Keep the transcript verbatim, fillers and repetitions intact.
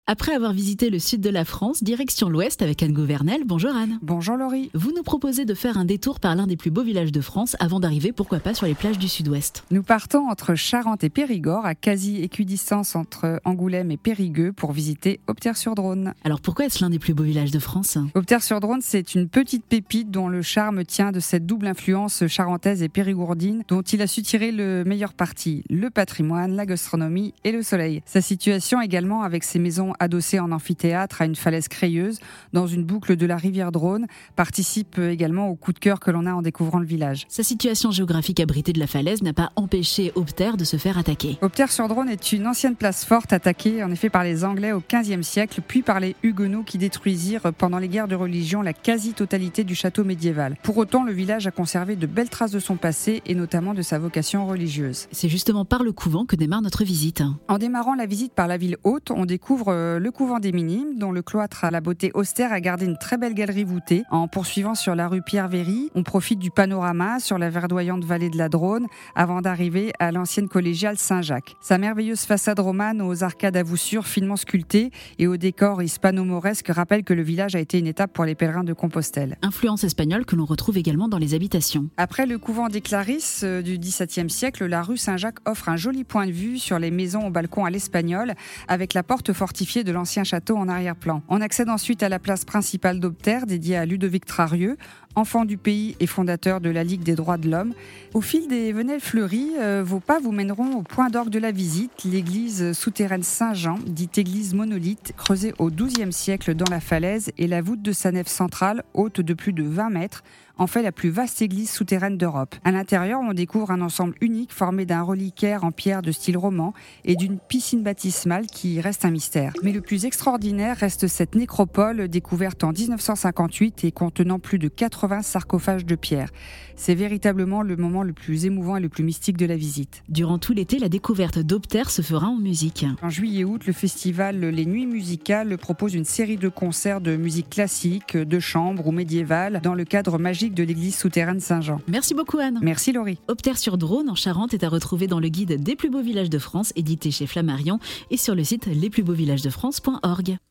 Après avoir visité le sud de la France, direction l'ouest avec Anne Gouvernel. Bonjour Anne. Bonjour Laurie. Vous nous proposez de faire un détour par l'un des plus beaux villages de France avant d'arriver, pourquoi pas, sur les plages du sud-ouest. Nous partons entre Charente et Périgord, à quasi-équidistance entre Angoulême et Périgueux, pour visiter Opter-sur-Dronne. Alors pourquoi est-ce l'un des plus beaux villages de France ? Opter-sur-Dronne, c'est une petite pépite dont le charme tient de cette double influence charentaise et périgourdine dont il a su tirer le meilleur parti, le patrimoine, la gastronomie et le soleil. Sa situation également, avec ses maisons adossées en amphithéâtre à une falaise crayeuse dans une boucle de la rivière Dronne, participe également au coup de cœur que l'on a en découvrant le village. Sa situation géographique abritée de la falaise n'a pas empêché Opter de se faire attaquer. Opter-sur-Dronne est une ancienne place forte attaquée en effet par les Anglais au quinzième siècle, puis par les Huguenots qui détruisirent pendant les guerres de religion la quasi-totalité du château médiéval. Pour autant, le village a conservé de belles traces de son passé et notamment de sa vocation religieuse. C'est justement par le couvent que démarre notre visite. En démarrant la visite par la ville haute, on découvre le couvent des Minimes, dont le cloître à la beauté austère a gardé une très belle galerie voûtée. En poursuivant sur la rue Pierre-Véry, on profite du panorama sur la verdoyante vallée de la Dronne avant d'arriver à l'ancienne collégiale Saint-Jacques. Sa merveilleuse façade romane aux arcades à voussures finement sculptées et au décor hispano-mauresque rappelle que le village a été une étape pour les pèlerins de Compostelle. Influence espagnole que l'on retrouve également dans les habitations. Après le couvent des Clarisses euh, du dix-septième siècle, la rue Saint-Jacques offre un joli point de vue sur les maisons au balcon à l'espagnol, avec la porte fortifiée de l'ancien château en arrière-plan. On accède ensuite à la place principale d'Opter, dédiée à Ludovic Trarieux, enfant du pays et fondateur de la Ligue des droits de l'homme. Au fil des venelles fleuries, euh, vos pas vous mèneront au point d'orgue de la visite, l'église souterraine Saint-Jean, dite église monolithe, creusée au douzième siècle dans la falaise, et la voûte de sa nef centrale, haute de plus de vingt mètres, en fait la plus vaste église souterraine d'Europe. À l'intérieur, on découvre un ensemble unique formé d'un reliquaire en pierre de style roman et d'une piscine baptismale qui reste un mystère. Mais le plus extraordinaire reste cette nécropole découverte en dix-neuf cent cinquante-huit et contenant plus de quatre-vingts sarcophages de pierre. C'est véritablement le moment le plus émouvant et le plus mystique de la visite. Durant tout l'été, la découverte d'Opter se fera en musique. En juillet-août, le festival Les Nuits Musicales propose une série de concerts de musique classique, de chambre ou médiévale dans le cadre magique de l'église souterraine Saint-Jean. Merci beaucoup Anne. Merci Laurie. Opter-sur-Dronne en Charente est à retrouver dans le guide des plus beaux villages de France, édité chez Flammarion, et sur le site les plus beaux villages de France point org.